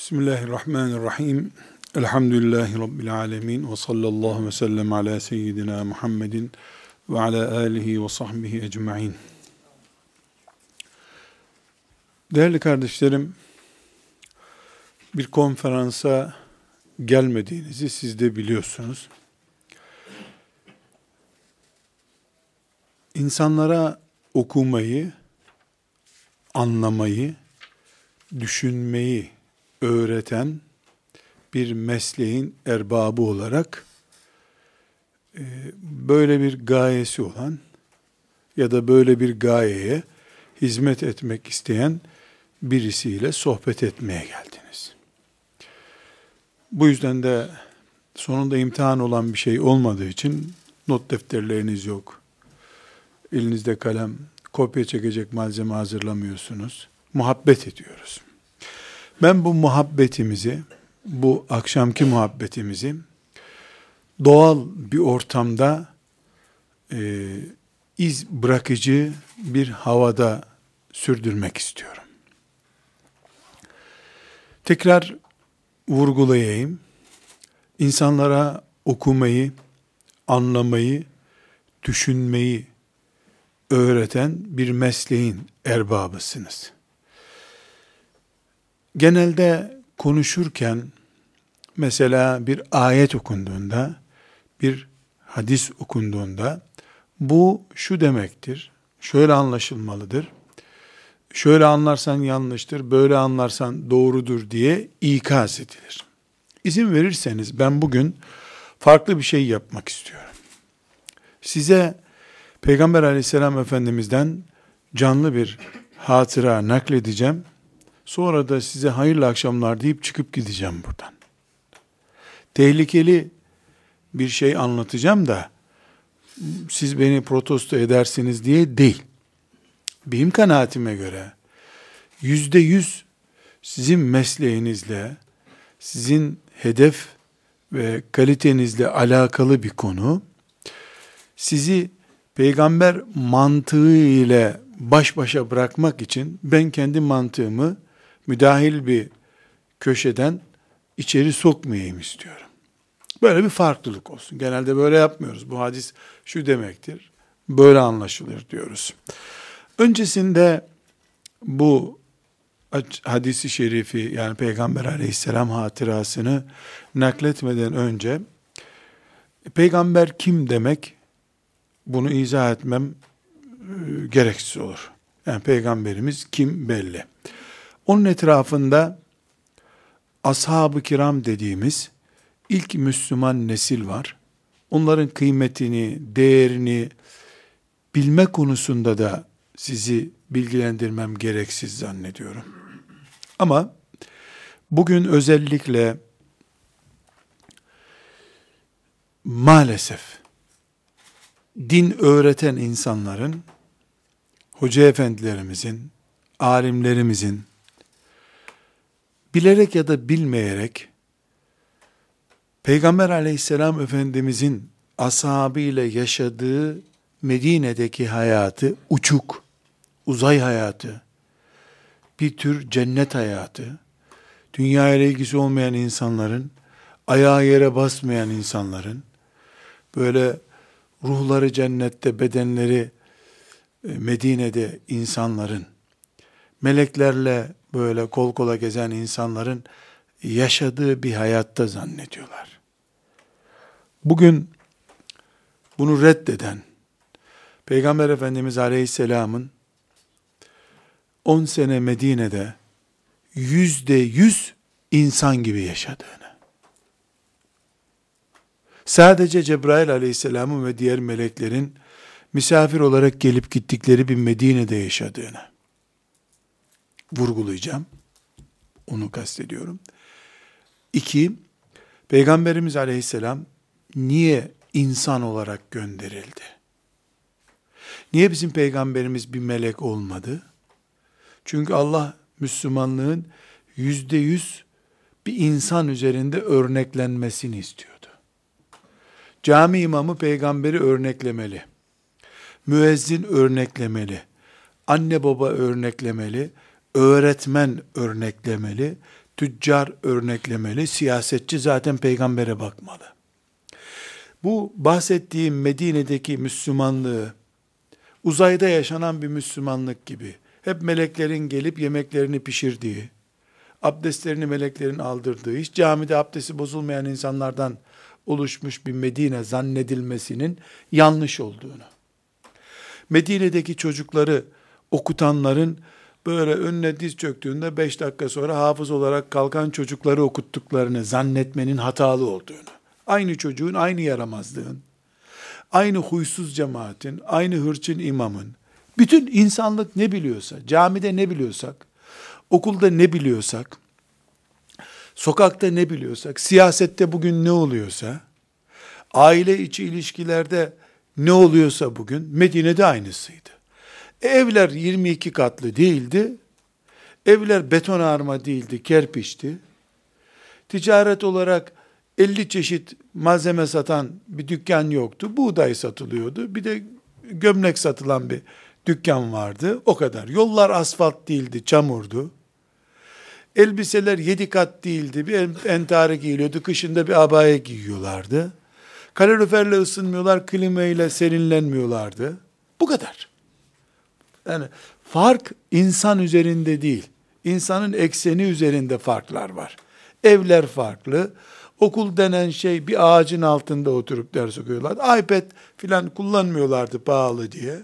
Bismillahirrahmanirrahim. Elhamdülillahi Rabbil alemin. Ve sallallahu ve sellem ala seyyidina Muhammedin ve ala alihi ve sahbihi ecma'in. Değerli kardeşlerim, bir konferansa gelmediğinizi siz de biliyorsunuz. İnsanlara okumayı, anlamayı, düşünmeyi öğreten bir mesleğin erbabı olarak böyle bir gayesi olan ya da böyle bir gayeye hizmet etmek isteyen birisiyle sohbet etmeye geldiniz. Bu yüzden de sonunda imtihan olan bir şey olmadığı için not defterleriniz yok. Elinizde kalem, kopya çekecek malzeme hazırlamıyorsunuz. Muhabbet ediyoruz. Ben bu muhabbetimizi, bu akşamki muhabbetimizi doğal bir ortamda iz bırakıcı bir havada sürdürmek istiyorum. Tekrar vurgulayayım. İnsanlara okumayı, anlamayı, düşünmeyi öğreten bir mesleğin erbabısınız. Genelde konuşurken mesela bir ayet okunduğunda, bir hadis okunduğunda bu şu demektir, şöyle anlaşılmalıdır, şöyle anlarsan yanlıştır, böyle anlarsan doğrudur diye ikaz edilir. İzin verirseniz ben bugün farklı bir şey yapmak istiyorum. Size Peygamber aleyhisselam Efendimiz'den canlı bir hatıra nakledeceğim. Sonra da size hayırlı akşamlar deyip çıkıp gideceğim buradan. Tehlikeli bir şey anlatacağım da siz beni protesto edersiniz diye değil. Benim kanaatime göre %100 sizin mesleğinizle, sizin hedef ve kalitenizle alakalı bir konu. Sizi peygamber mantığı ile baş başa bırakmak için ben kendi mantığımı müdahil bir köşeden içeri sokmayayım istiyorum. Böyle bir farklılık olsun. Genelde böyle yapmıyoruz. Bu hadis şu demektir, böyle anlaşılır diyoruz. Öncesinde bu hadisi şerifi, yani Peygamber aleyhisselam hatırasını nakletmeden önce peygamber kim demek, bunu izah etmem gereksiz olur. Yani peygamberimiz kim belli. Onun etrafında ashab-ı kiram dediğimiz ilk Müslüman nesil var. Onların kıymetini, değerini bilme konusunda da sizi bilgilendirmem gereksiz zannediyorum. Ama bugün özellikle maalesef din öğreten insanların, hoca efendilerimizin, alimlerimizin bilerek ya da bilmeyerek Peygamber aleyhisselam Efendimizin ashabıyla yaşadığı Medine'deki hayatı, uçuk, uzay hayatı, bir tür cennet hayatı, dünya ile ilgisi olmayan insanların, ayağı yere basmayan insanların, böyle ruhları cennette, bedenleri Medine'de insanların, meleklerle böyle kol kola gezen insanların yaşadığı bir hayatta zannediyorlar. Bugün bunu reddeden, Peygamber Efendimiz Aleyhisselam'ın 10 sene Medine'de %100 insan gibi yaşadığını, sadece Cebrail Aleyhisselam'ın ve diğer meleklerin misafir olarak gelip gittikleri bir Medine'de yaşadığını vurgulayacağım. Onu kastediyorum. 2, Peygamberimiz Aleyhisselam niye insan olarak gönderildi? Niye bizim peygamberimiz bir melek olmadı? Çünkü Allah Müslümanlığın %100 bir insan üzerinde örneklenmesini istiyordu. Cami imamı peygamberi örneklemeli. Müezzin örneklemeli. Anne baba örneklemeli. Öğretmen örneklemeli. tüccar örneklemeli, siyasetçi zaten peygambere bakmalı. Bu bahsettiğim Medine'deki Müslümanlığı, uzayda yaşanan bir Müslümanlık gibi, hep meleklerin gelip yemeklerini pişirdiği, abdestlerini meleklerin aldırdığı, hiç camide abdesti bozulmayan insanlardan oluşmuş bir Medine zannedilmesinin yanlış olduğunu, Medine'deki çocukları okutanların böyle önüne diz çöktüğünde 5 dakika sonra hafız olarak kalkan çocukları okuttuklarını zannetmenin hatalı olduğunu, aynı çocuğun, aynı yaramazlığın, aynı huysuz cemaatin, aynı hırçın imamın, bütün insanlık ne biliyorsa, camide ne biliyorsak, okulda ne biliyorsak, sokakta ne biliyorsak, siyasette bugün ne oluyorsa, aile içi ilişkilerde ne oluyorsa bugün, Medine'de aynısıydı. Evler 22 katlı değildi, evler betonarme değildi, kerpiçti. Ticaret olarak 50 çeşit malzeme satan bir dükkan yoktu. Buğday satılıyordu. Bir de gömlek satılan bir dükkan vardı. O kadar. Yollar asfalt değildi, çamurdu. Elbiseler 7 kat değildi. Bir entari giyiliyordu. Kışında bir abaya giyiyorlardı. Kaloriferle ısınmıyorlar, klimayla serinlenmiyorlardı. Bu kadar. Yani fark insan üzerinde değil. İnsanın ekseni üzerinde farklar var. Evler farklı. Okul denen şey bir ağacın altında oturup ders okuyorlar. iPad filan kullanmıyorlardı pahalı diye.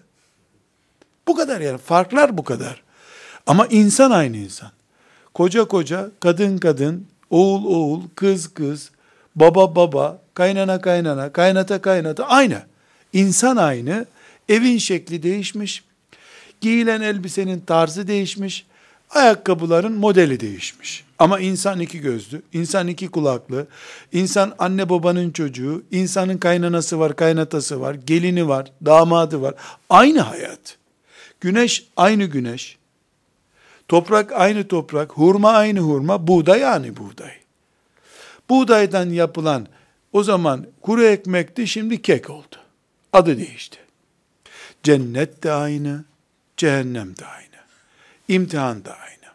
Bu kadar yani. Farklar bu kadar. Ama insan aynı insan. Koca koca, kadın kadın, oğul oğul, kız kız, baba baba, kaynana kaynana, kaynata kaynata aynı. İnsan aynı. Evin şekli değişmiş. Giyilen elbisenin tarzı değişmiş. Ayakkabıların modeli değişmiş. Ama insan iki gözlü, insan iki kulaklı, insan anne babanın çocuğu, insanın kaynanası var, kaynatası var, gelini var, damadı var. Aynı hayat. Güneş aynı güneş. Toprak aynı toprak, hurma aynı hurma, buğday aynı buğday. Buğdaydan yapılan o zaman kuru ekmekti, şimdi kek oldu. Adı değişti. Cennet de aynı, cehennem de aynı. İmtihan da aynı.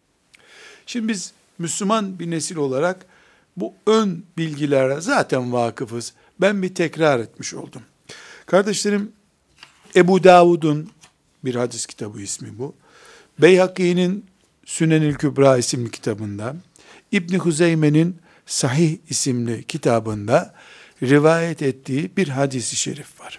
Şimdi biz Müslüman bir nesil olarak bu ön bilgilere zaten vakıfız. Ben bir tekrar etmiş oldum. Kardeşlerim, Ebu Davud'un bir hadis kitabı ismi bu. Beyhaki'nin Sünenil Kübra isimli kitabında, İbn Huzeyme'nin Sahih isimli kitabında rivayet ettiği bir hadisi şerif var.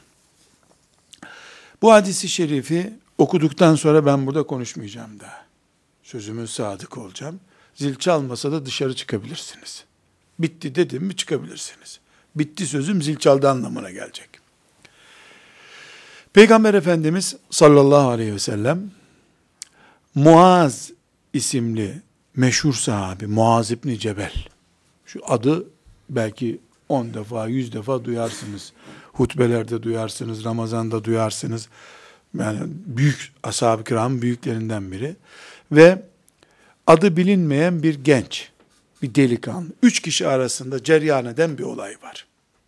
Bu hadisi şerifi okuduktan sonra ben burada konuşmayacağım daha. Sözüme sadık olacağım. Zil çalmasa da dışarı çıkabilirsiniz. Bitti dedim mi çıkabilirsiniz. Bitti sözüm zil çaldı anlamına gelecek. Peygamber Efendimiz sallallahu aleyhi ve sellem Muaz isimli meşhur sahabi Muaz İbni Cebel, şu adı belki 10 defa 100 defa duyarsınız. Hutbelerde duyarsınız, Ramazan'da duyarsınız. Yani büyük ashab-ı kiram büyüklerinden biri. Ve adı bilinmeyen bir genç, bir delikanlı. 3 kişi arasında cereyan eden bir olay var.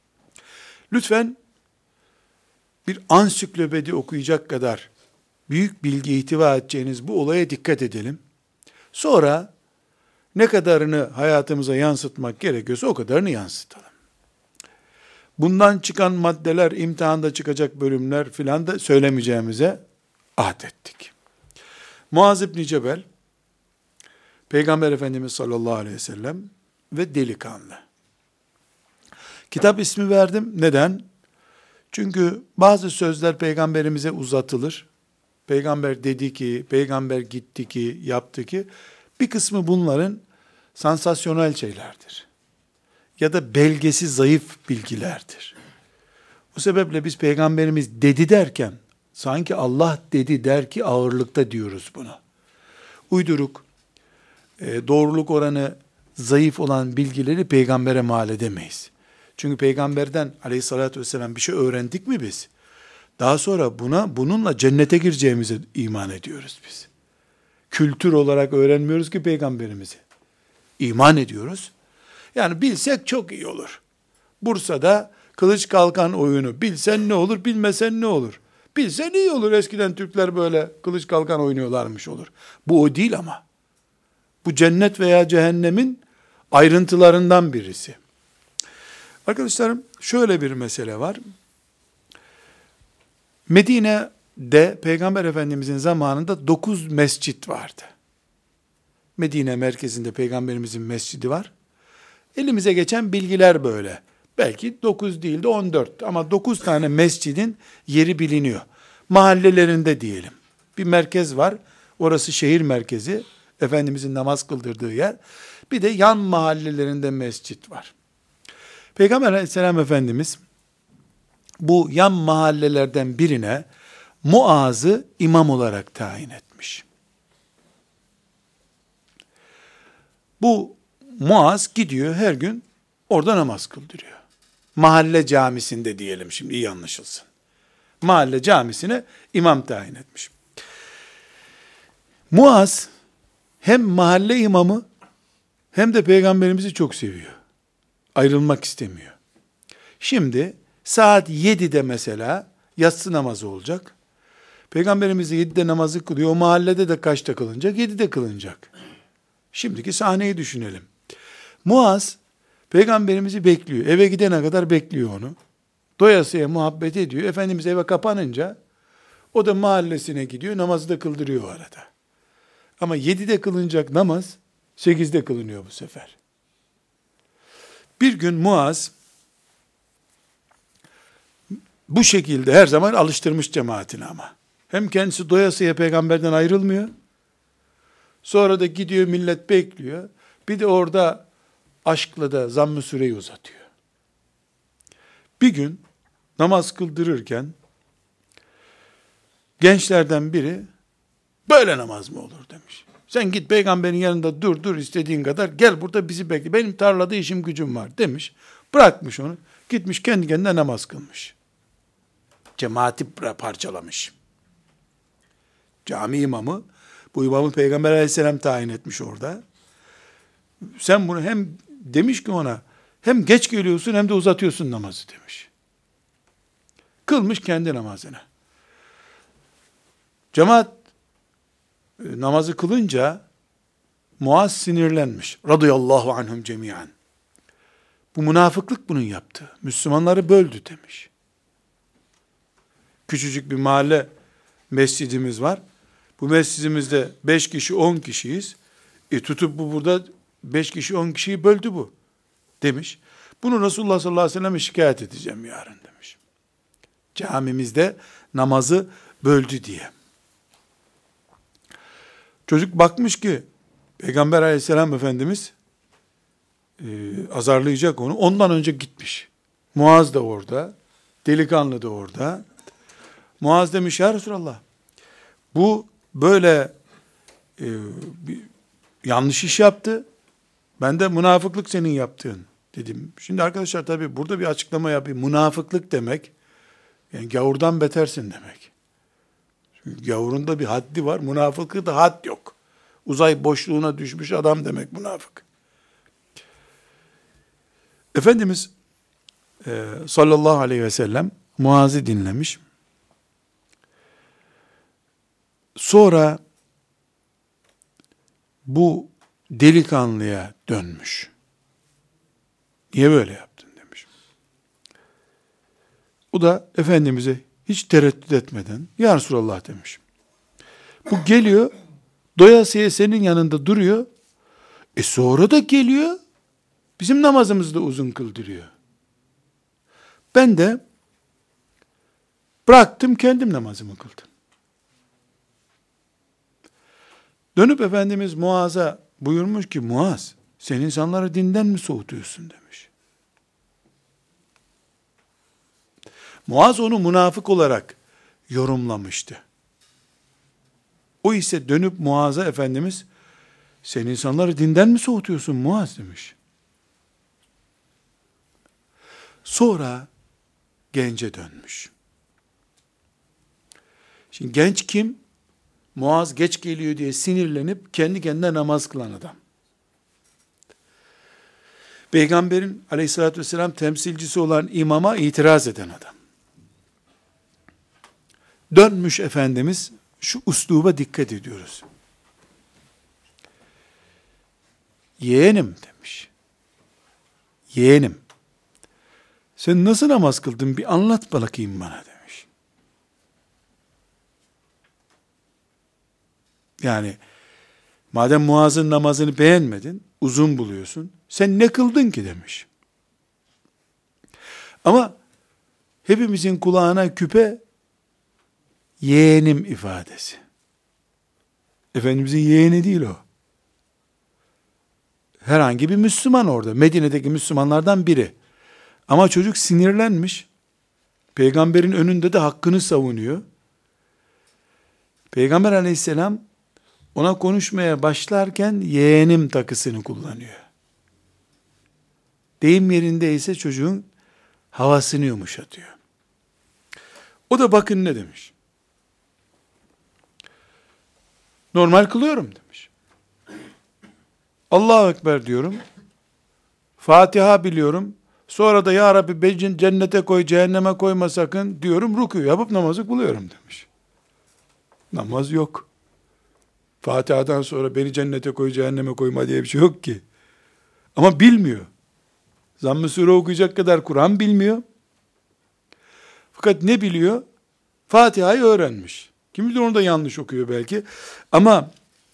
Lütfen bir ansiklopedi okuyacak kadar büyük bilgi ihtiva edeceğiniz bu olaya dikkat edelim. Sonra ne kadarını hayatımıza yansıtmak gerekiyorsa o kadarını yansıtalım. Bundan çıkan maddeler, imtihanda çıkacak bölümler filan da söylemeyeceğimize ahd ettik. Muaz İbni Cebel, Peygamber Efendimiz sallallahu aleyhi ve sellem ve delikanlı. Kitap ismi verdim. Neden? Çünkü bazı sözler peygamberimize uzatılır. Peygamber dedi ki, peygamber gitti ki, yaptı ki, bir kısmı bunların sansasyonel şeylerdir. Ya da belgesi zayıf bilgilerdir. Bu sebeple biz peygamberimiz dedi derken, sanki Allah dedi der ki ağırlıkta diyoruz bunu. Uyduruk, doğruluk oranı zayıf olan bilgileri peygambere mal edemeyiz. Çünkü peygamberden aleyhissalatü vesselam bir şey öğrendik mi biz? Daha sonra bununla cennete gireceğimize iman ediyoruz biz. Kültür olarak öğrenmiyoruz ki peygamberimizi. İman ediyoruz. Yani bilsek çok iyi olur. Bursa'da kılıç kalkan oyunu bilsen ne olur, bilmesen ne olur? Bilsen iyi olur. Eskiden Türkler böyle kılıç kalkan oynuyorlarmış olur. Bu o değil ama. Bu cennet veya cehennemin ayrıntılarından birisi. Arkadaşlarım, şöyle bir mesele var. Medine'de Peygamber Efendimizin zamanında 9 mescit vardı. Medine merkezinde Peygamberimizin mescidi var. Elimize geçen bilgiler böyle. Belki 9 değil de 14 ama 9 tane mescidin yeri biliniyor. Mahallelerinde diyelim. Bir merkez var. Orası şehir merkezi. Efendimizin namaz kıldırdığı yer. Bir de yan mahallelerinde mescit var. Peygamber Aleyhisselam Efendimiz bu yan mahallelerden birine Muaz'ı imam olarak tayin etmiş. Bu Muaz gidiyor her gün orada namaz kıldırıyor. Mahalle camisinde diyelim, şimdi iyi anlaşılsın. Mahalle camisine imam tayin etmiş. Muaz hem mahalle imamı hem de Peygamberimizi çok seviyor. Ayrılmak istemiyor. Şimdi saat 7'de mesela yatsı namazı olacak. Peygamberimiz 7'de namazı kılıyor. O mahallede de kaçta kılınacak? 7'de kılınacak. Şimdiki sahneyi düşünelim. Muaz Peygamberimizi bekliyor. Eve gidene kadar bekliyor onu. Doyasıya muhabbet ediyor. Efendimiz eve kapanınca o da mahallesine gidiyor. Namazı da kıldırıyor o arada. Ama 7'de kılınacak namaz 8'de kılınıyor bu sefer. Bir gün Muaz bu şekilde her zaman alıştırmış cemaatini ama. Hem kendisi doyasıya peygamberden ayrılmıyor. Sonra da gidiyor, millet bekliyor. Bir de orada aşkla da zamm-ı süreyi uzatıyor. Bir gün namaz kıldırırken gençlerden biri böyle namaz mı olur demiş. Sen git peygamberin yanında dur istediğin kadar, gel burada bizi bekle. Benim tarlada işim gücüm var demiş. Bırakmış onu. Gitmiş kendi kendine namaz kılmış. Cemaati parçalamış. Cami imamı, bu imamı Peygamber Aleyhisselam tayin etmiş orada. Sen bunu hem demiş ki ona, hem geç geliyorsun hem de uzatıyorsun namazı demiş. Kılmış kendi namazını. Cemaat namazı kılınca Muaz sinirlenmiş. Radıyallahu anhum cemiyan. Bu münafıklık bunun yaptığı. Müslümanları böldü demiş. Küçücük bir mahalle mescidimiz var. Bu mescidimizde 5 kişi 10 kişiyiz. Tutup bu burada 5 kişi 10 kişiyi böldü bu demiş. Bunu Resulullah sallallahu aleyhi ve sellem'e şikayet edeceğim yarın demiş. Camimizde namazı böldü diye. Çocuk bakmış ki Peygamber aleyhisselam Efendimiz azarlayacak onu. Ondan önce gitmiş. Muaz da orada. Delikanlı da orada. Muaz demiş ya Resulallah, bu böyle bir yanlış iş yaptı. Ben de münafıklık senin yaptığın dedim. Şimdi arkadaşlar tabii burada bir açıklama yapayım. Münafıklık demek yani gavurdan betersin demek. Çünkü gavurun da bir haddi var. Münafıklıkta da had yok. Uzay boşluğuna düşmüş adam demek münafık. Efendimiz sallallahu aleyhi ve sellem Muaz'ı dinlemiş. Sonra bu delikanlıya dönmüş. Niye böyle yaptın demiş. O da Efendimiz'e hiç tereddüt etmeden ya Resulallah demiş. Bu geliyor, doyasıya senin yanında duruyor. Sonra da geliyor, bizim namazımızı da uzun kıldırıyor. Ben de bıraktım, kendim namazımı kıldım. Dönüp Efendimiz Muaz'a buyurmuş ki, Muaz, sen insanları dinden mi soğutuyorsun demiş. Muaz onu münafık olarak yorumlamıştı. O ise dönüp Muaz'a Efendimiz, sen insanları dinden mi soğutuyorsun Muaz demiş. Sonra gence dönmüş. Şimdi genç kim? Muaz geç geliyor diye sinirlenip kendi kendine namaz kılan adam. Peygamberin aleyhissalatü vesselam temsilcisi olan imama itiraz eden adam. Dönmüş Efendimiz, şu üsluba dikkat ediyoruz. Yeğenim demiş. Yeğenim. Sen nasıl namaz kıldın bir anlat bakayım bana demiş. Yani madem Muaz'ın namazını beğenmedin, uzun buluyorsun, sen ne kıldın ki demiş. Ama hepimizin kulağına küpe yeğenim ifadesi. Efendimizin yeğeni değil o. Herhangi bir Müslüman orada. Medine'deki Müslümanlardan biri. Ama çocuk sinirlenmiş. Peygamberin önünde de hakkını savunuyor. Peygamber aleyhisselam ona konuşmaya başlarken yeğenim takısını kullanıyor. Deyim yerindeyse çocuğun havasını yumuşatıyor. O da bakın ne demiş. Normal kılıyorum demiş. Allahu Ekber diyorum. Fatiha biliyorum. Sonra da ya Rabbi beni cennete koy, cehenneme koyma sakın diyorum. Rükû yapıp namazı kılıyorum demiş. Namaz yok. Fatiha'dan sonra beni cennete koy, cehenneme koyma diye bir şey yok ki. Ama bilmiyor. Zamm-ı Sure okuyacak kadar Kur'an bilmiyor. Fakat ne biliyor? Fatiha'yı öğrenmiş. Kim bilir onu da yanlış okuyor belki. Ama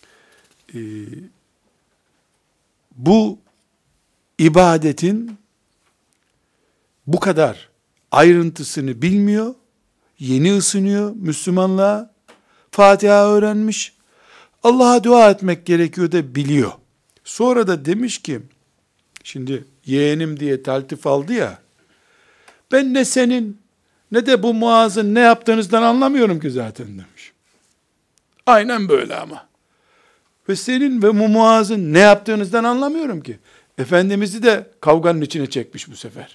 bu ibadetin bu kadar ayrıntısını bilmiyor. Yeni ısınıyor Müslümanlığa. Fatiha öğrenmiş. Allah'a dua etmek gerekiyor da biliyor. Sonra da demiş ki, şimdi yeğenim diye taltif aldı ya, ben ne senin ne de bu Muaz'ın ne yaptığınızdan anlamıyorum ki zaten demiş. Aynen böyle ama. Ve senin ve Muaz'ın ne yaptığınızdan anlamıyorum ki. Efendimiz'i de kavganın içine çekmiş bu sefer.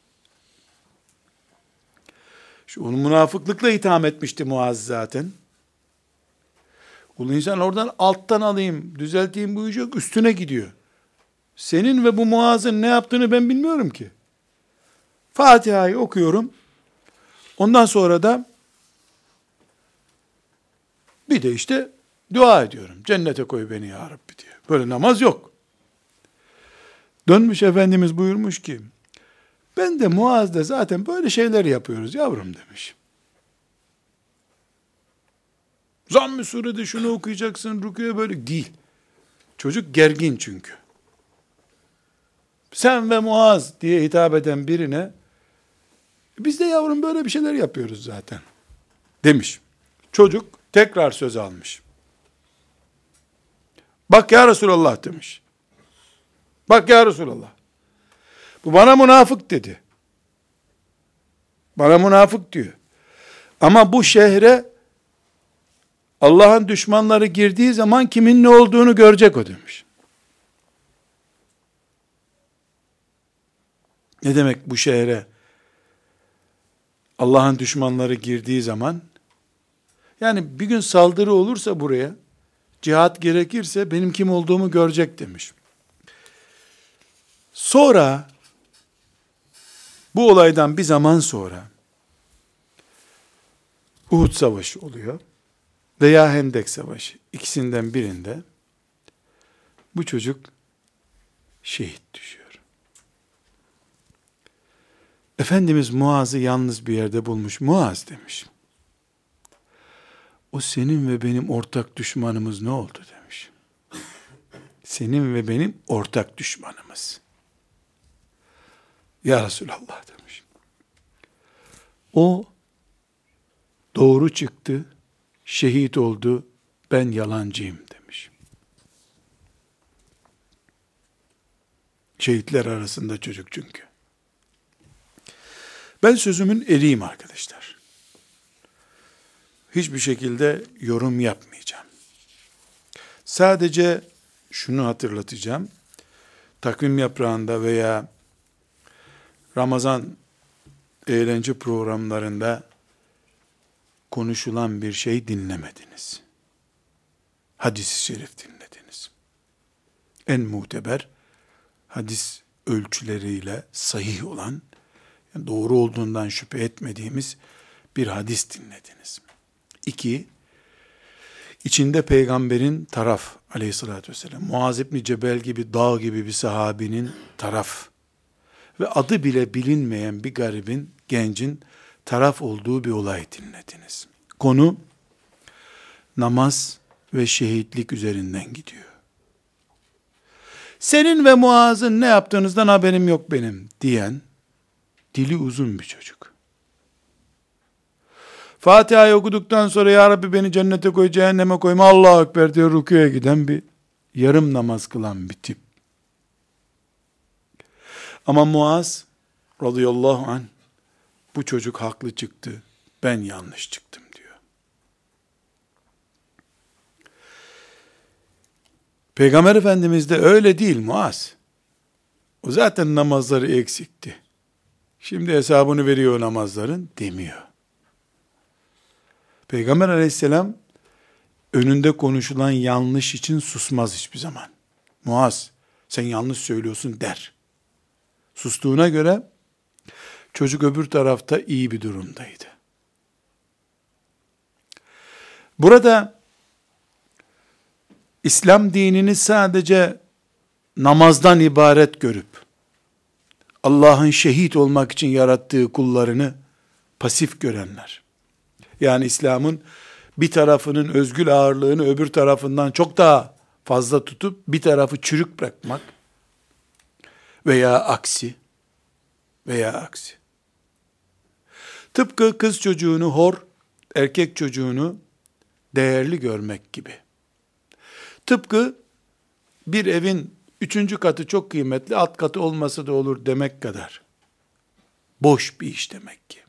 Onu münafıklıkla itham etmişti Muaz zaten. Kul insan oradan alttan alayım, düzelteyim buyuracak, üstüne gidiyor. Senin ve bu Muaz'ın ne yaptığını ben bilmiyorum ki. Fatiha'yı okuyorum. Ondan sonra da bir de işte dua ediyorum. Cennete koy beni ya Rabbi diyor. Böyle namaz yok. Dönmüş Efendimiz buyurmuş ki, ben de Muaz'da zaten böyle şeyler yapıyoruz yavrum demiş. Zamm-ı Sure'de şunu okuyacaksın, rüküye böyle değil. Çocuk gergin çünkü. Sen ve Muaz diye hitap eden birine, biz de yavrum böyle bir şeyler yapıyoruz zaten demiş. Çocuk tekrar söz almış. Bak ya Resulallah demiş. Bak ya Resulallah. Bu bana münafık dedi. Bana münafık diyor. Ama bu şehre Allah'ın düşmanları girdiği zaman kimin ne olduğunu görecek o demiş. Ne demek bu şehre Allah'ın düşmanları girdiği zaman? Yani bir gün saldırı olursa buraya, cihat gerekirse benim kim olduğumu görecek demiş. Sonra, bu olaydan bir zaman sonra, Uhud Savaşı oluyor veya Hendek Savaşı, ikisinden birinde bu çocuk şehit düşüyor. Efendimiz Muaz'ı yalnız bir yerde bulmuş. Muaz demiş. O senin ve benim ortak düşmanımız ne oldu demiş. Senin ve benim ortak düşmanımız. Ya Resulallah demiş. O doğru çıktı, şehit oldu, ben yalancıyım demiş. Şehitler arasında çocuk çünkü. Ben sözümün eriyim arkadaşlar. Hiçbir şekilde yorum yapmayacağım. Sadece şunu hatırlatacağım. Takvim yaprağında veya Ramazan eğlence programlarında konuşulan bir şey dinlemediniz. Hadis-i şerif dinlediniz. En muteber hadis ölçüleriyle sahih olan, yani doğru olduğundan şüphe etmediğimiz bir hadis dinlediniz. 2, içinde peygamberin taraf aleyhissalatü vesselam, Muaz İbni Cebel gibi dağ gibi bir sahabinin taraf ve adı bile bilinmeyen bir garibin, gencin taraf olduğu bir olay dinlediniz. Konu namaz ve şehitlik üzerinden gidiyor. Senin ve Muaz'ın ne yaptığınızdan haberim yok benim diyen dili uzun bir çocuk. Fatiha'yı okuduktan sonra ya Rabbi beni cennete koy, cehenneme koyma, Allahu Ekber diye rükûya giden bir yarım namaz kılan bir tip. Ama Muaz radıyallahu anh bu çocuk haklı çıktı, ben yanlış çıktım diyor. Peygamber Efendimiz de öyle değil Muaz. O zaten namazları eksikti. Şimdi hesabını veriyor namazların demiyor. Peygamber aleyhisselam önünde konuşulan yanlış için susmaz hiçbir zaman. Muaz sen yanlış söylüyorsun der. Sustuğuna göre çocuk öbür tarafta iyi bir durumdaydı. Burada İslam dinini sadece namazdan ibaret görüp Allah'ın şehit olmak için yarattığı kullarını pasif görenler, yani İslam'ın bir tarafının özgül ağırlığını öbür tarafından çok daha fazla tutup bir tarafı çürük bırakmak veya aksi. Tıpkı kız çocuğunu hor, erkek çocuğunu değerli görmek gibi. Tıpkı bir evin 3. katı çok kıymetli, alt katı olmasa da olur demek kadar boş bir iş demek ki.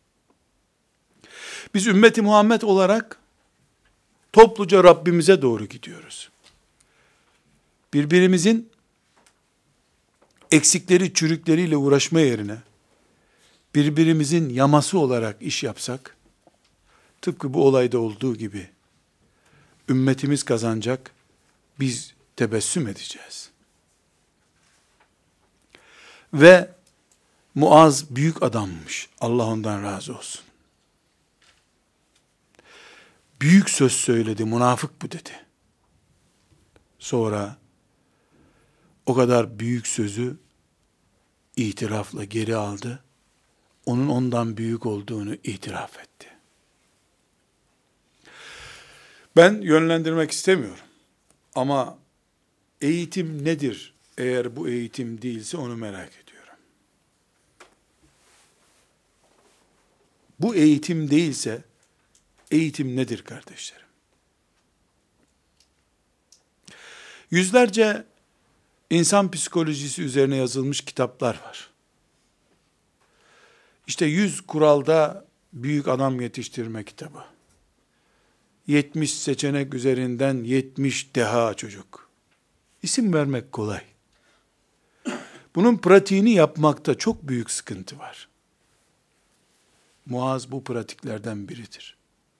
Biz ümmeti Muhammed olarak topluca Rabbimize doğru gidiyoruz. Birbirimizin eksikleri, çürükleriyle uğraşma yerine birbirimizin yaması olarak iş yapsak, tıpkı bu olayda olduğu gibi ümmetimiz kazanacak, biz tebessüm edeceğiz. Ve Muaz büyük adammış. Allah ondan razı olsun. Büyük söz söyledi, münafık bu dedi. Sonra o kadar büyük sözü itirafla geri aldı. Onun ondan büyük olduğunu itiraf etti. Ben yönlendirmek istemiyorum. Ama eğitim nedir? Eğer bu eğitim değilse onu merak ediyorum. Bu eğitim değilse eğitim nedir kardeşlerim? Yüzlerce insan psikolojisi üzerine yazılmış kitaplar var. İşte 100 kuralda büyük adam yetiştirme kitabı. 70 seçenek üzerinden 70 deha çocuk. İsim vermek kolay. Bunun pratiğini yapmakta çok büyük sıkıntı var. Muaz bu pratiklerden biridir.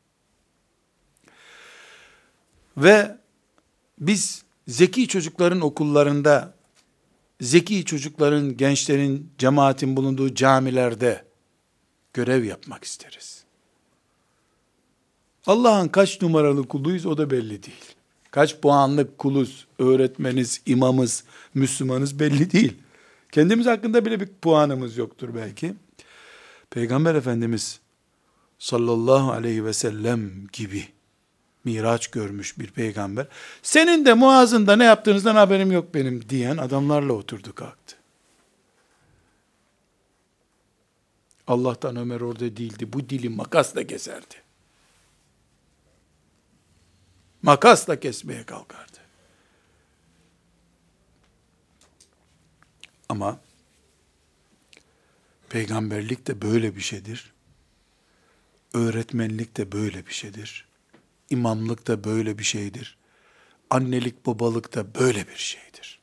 Ve biz zeki çocukların okullarında, zeki çocukların, gençlerin, cemaatin bulunduğu camilerde görev yapmak isteriz. Allah'ın kaç numaralı kuluyuz o da belli değil. Kaç puanlık kuluz, öğretmeniz, imamız, Müslümanız belli değil. Kendimiz hakkında bile bir puanımız yoktur belki. Peygamber Efendimiz sallallahu aleyhi ve sellem gibi miraç görmüş bir peygamber, senin de Muaz'ın da ne yaptığınızdan haberim yok benim diyen adamlarla oturdu kalktı. Allah'tan Ömer orada değildi, bu dili makasla keserdi. Makasla kesmeye kalkardı. Ama peygamberlik de böyle bir şeydir. Öğretmenlik de böyle bir şeydir. İmamlık da böyle bir şeydir. Annelik, babalık da böyle bir şeydir.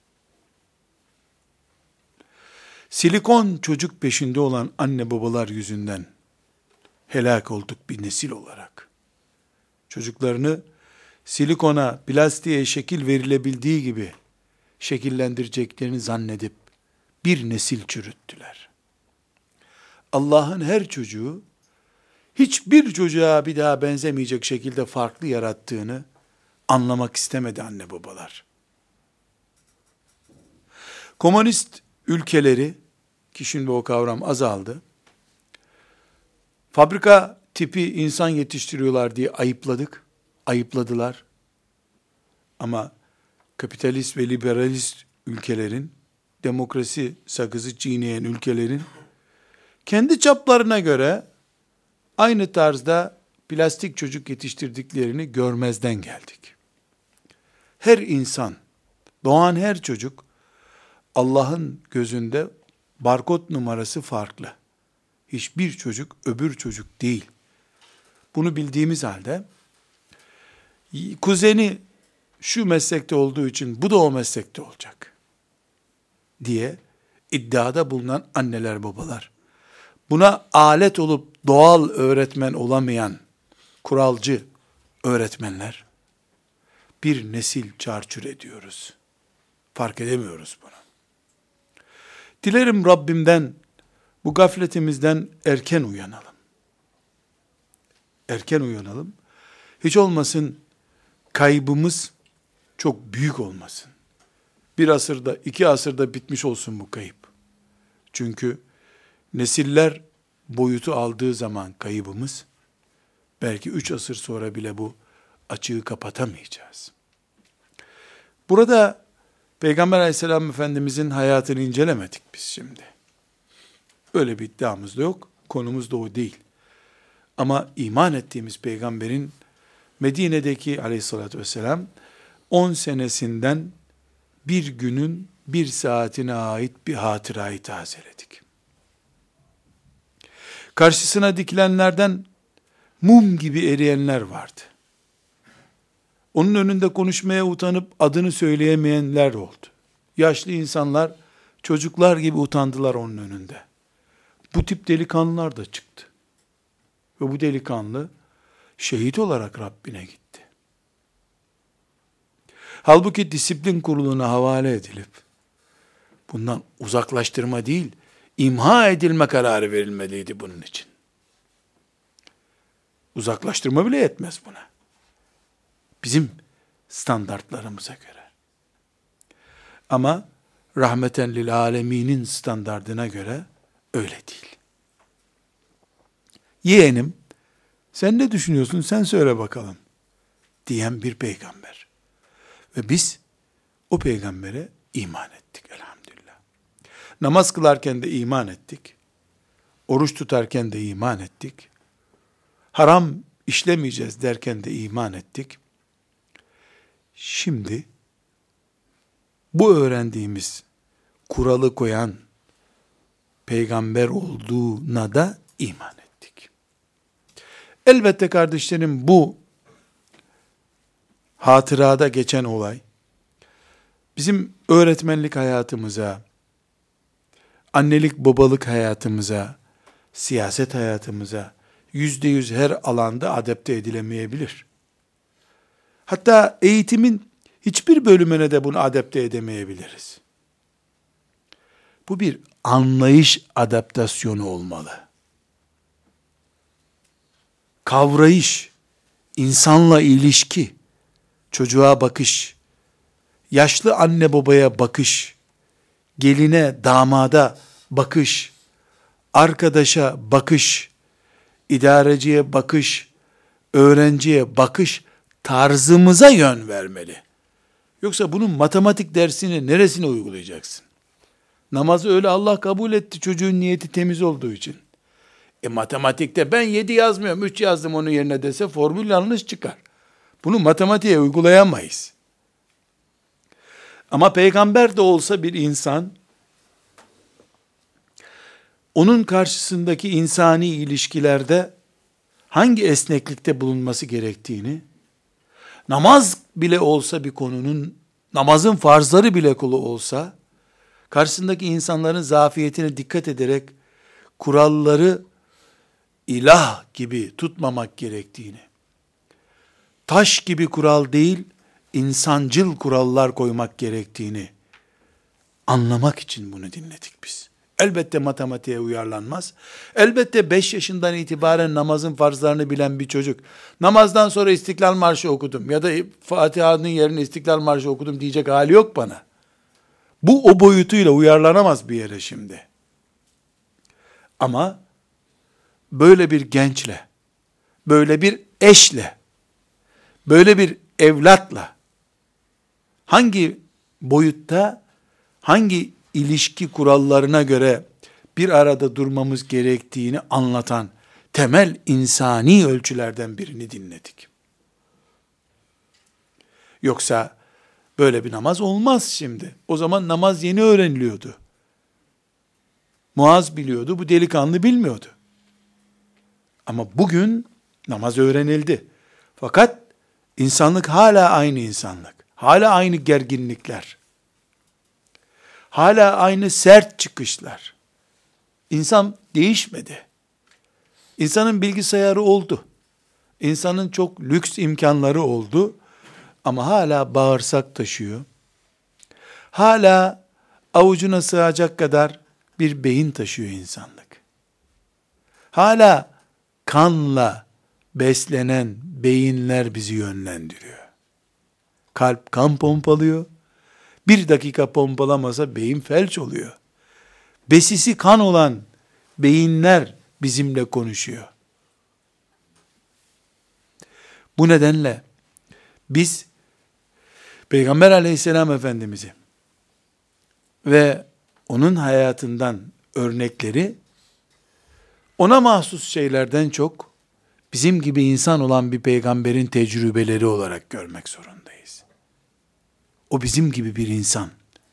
Silikon çocuk peşinde olan anne babalar yüzünden helak olduk bir nesil olarak. Çocuklarını silikona, plastiğe şekil verilebildiği gibi şekillendireceklerini zannedip bir nesil çürüttüler. Allah'ın her çocuğu hiçbir çocuğa bir daha benzemeyecek şekilde farklı yarattığını anlamak istemedi anne babalar. Komünist ülkeleri, ki şimdi o kavram azaldı, fabrika tipi insan yetiştiriyorlar diye ayıpladılar. Ama kapitalist ve liberalist ülkelerin, demokrasi sakızı çiğneyen ülkelerin, kendi çaplarına göre aynı tarzda plastik çocuk yetiştirdiklerini görmezden geldik. Her insan, doğan her çocuk, Allah'ın gözünde barkod numarası farklı. Hiçbir çocuk öbür çocuk değil. Bunu bildiğimiz halde, kuzeni şu meslekte olduğu için bu da o meslekte olacak diye iddiada bulunan anneler babalar, buna alet olup doğal öğretmen olamayan kuralcı öğretmenler, bir nesil çarçur ediyoruz. Fark edemiyoruz bunu. Dilerim Rabbimden bu gafletimizden erken uyanalım. Erken uyanalım. Hiç olmasın kaybımız çok büyük olmasın. Bir asırda, 2 asırda bitmiş olsun bu kayıp. Çünkü nesiller boyutu aldığı zaman kaybımız, belki 3 asır sonra bile bu açığı kapatamayacağız. Burada Peygamber aleyhisselam Efendimizin hayatını incelemedik biz şimdi. Öyle bir iddiamız da yok. Konumuz da o değil. Ama iman ettiğimiz peygamberin Medine'deki aleyhissalatü vesselam 10 senesinden bir günün 1 saatine ait bir hatırayı tazeledik. Karşısına dikilenlerden mum gibi eriyenler vardı. Onun önünde konuşmaya utanıp adını söyleyemeyenler oldu. Yaşlı insanlar, çocuklar gibi utandılar onun önünde. Bu tip delikanlılar da çıktı. Ve bu delikanlı şehit olarak Rabbine gitti. Halbuki disiplin kuruluna havale edilip, bundan uzaklaştırma değil, imha edilme kararı verilmeliydi bunun için. Uzaklaştırma bile yetmez buna. Bizim standartlarımıza göre. Ama rahmeten lil aleminin standardına göre öyle değil. Yeğenim, sen ne düşünüyorsun, sen söyle bakalım diyen bir peygamber. Ve biz o peygambere iman ettik elhamdülillah. Namaz kılarken de iman ettik. Oruç tutarken de iman ettik. Haram işlemeyeceğiz derken de iman ettik. Şimdi bu öğrendiğimiz kuralı koyan peygamber olduğuna da iman ettik. Elbette kardeşlerim, bu hatırada geçen olay bizim öğretmenlik hayatımıza, annelik babalık hayatımıza, siyaset hayatımıza %100 her alanda adapte edilemeyebilir. Hatta eğitimin hiçbir bölümüne de bunu adapte edemeyebiliriz. Bu bir anlayış adaptasyonu olmalı. Kavrayış, insanla ilişki, çocuğa bakış, yaşlı anne babaya bakış, geline, damada bakış, arkadaşa bakış, idareciye bakış, öğrenciye bakış tarzımıza yön vermeli. Yoksa bunun matematik dersini neresine uygulayacaksın? Namazı öyle Allah kabul etti çocuğun niyeti temiz olduğu için. Matematikte ben 7 yazmıyorum, 3 yazdım onun yerine dese formül yanlış çıkar. Bunu matematiğe uygulayamayız. Ama peygamber de olsa bir insan, onun karşısındaki insani ilişkilerde hangi esneklikte bulunması gerektiğini, namaz bile olsa bir konunun, namazın farzları bile kulu olsa, karşısındaki insanların zafiyetine dikkat ederek, kuralları ilah gibi tutmamak gerektiğini, taş gibi kural değil, insancıl kurallar koymak gerektiğini anlamak için bunu dinledik biz. Elbette matematiğe uyarlanmaz. Elbette 5 yaşından itibaren namazın farzlarını bilen bir çocuk, namazdan sonra İstiklal Marşı okudum ya da Fatiha'nın yerine İstiklal Marşı okudum diyecek hali yok bana. Bu o boyutuyla uyarlanamaz bir yere şimdi. Ama böyle bir gençle, böyle bir eşle, böyle bir evlatla hangi boyutta, hangi ilişki kurallarına göre bir arada durmamız gerektiğini anlatan temel insani ölçülerden birini dinledik. Yoksa böyle bir namaz olmaz şimdi. O zaman namaz yeni öğreniliyordu. Muaz biliyordu, bu delikanlı bilmiyordu. Ama bugün namaz öğrenildi. Fakat insanlık hala aynı insanlık. Hala aynı gerginlikler. Hala aynı sert çıkışlar. İnsan değişmedi. İnsanın bilgisayarı oldu. İnsanın çok lüks imkanları oldu. Ama hala bağırsak taşıyor. Hala avucuna sığacak kadar bir beyin taşıyor insanlık. Hala kanla beslenen beyinler bizi yönlendiriyor. Kalp kan pompalıyor. Bir dakika pompalamasa beyin felç oluyor. Besisi kan olan beyinler bizimle konuşuyor. Bu nedenle biz Peygamber aleyhisselam Efendimiz'i ve onun hayatından örnekleri ona mahsus şeylerden çok bizim gibi insan olan bir peygamberin tecrübeleri olarak görmek zorundayız. O bizim gibi bir insan.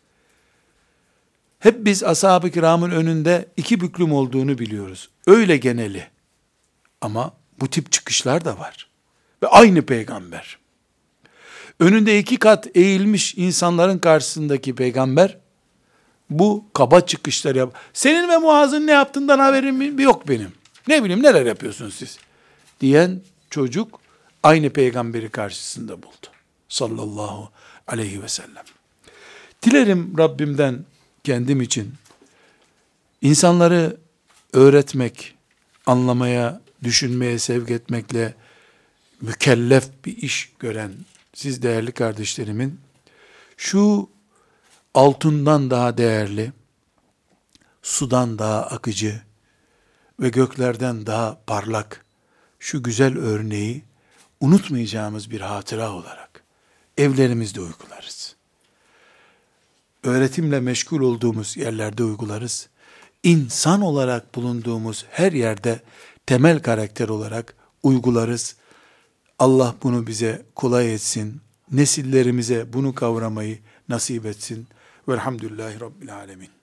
Hep biz ashab-ı kiramın önünde iki büklüm olduğunu biliyoruz. Öyle geneli. Ama bu tip çıkışlar da var. Ve aynı peygamber. Önünde iki kat eğilmiş insanların karşısındaki peygamber, bu kaba çıkışlar yap. Senin ve Muaz'ın ne yaptığından haberim yok benim. Ne bileyim neler yapıyorsunuz siz? Diyen çocuk aynı peygamberi karşısında buldu. Sallallahu aleyhi ve sellem. Dilerim Rabbimden kendim için insanları öğretmek, anlamaya, düşünmeye sevk etmekle mükellef bir iş gören siz değerli kardeşlerimin şu altından daha değerli, sudan daha akıcı ve göklerden daha parlak şu güzel örneği unutmayacağımız bir hatıra olarak evlerimizde uygularız. Öğretimle meşgul olduğumuz yerlerde uygularız. İnsan olarak bulunduğumuz her yerde temel karakter olarak uygularız. Allah bunu bize kolay etsin. Nesillerimize bunu kavramayı nasip etsin. Velhamdülillahi Rabbil Alemin.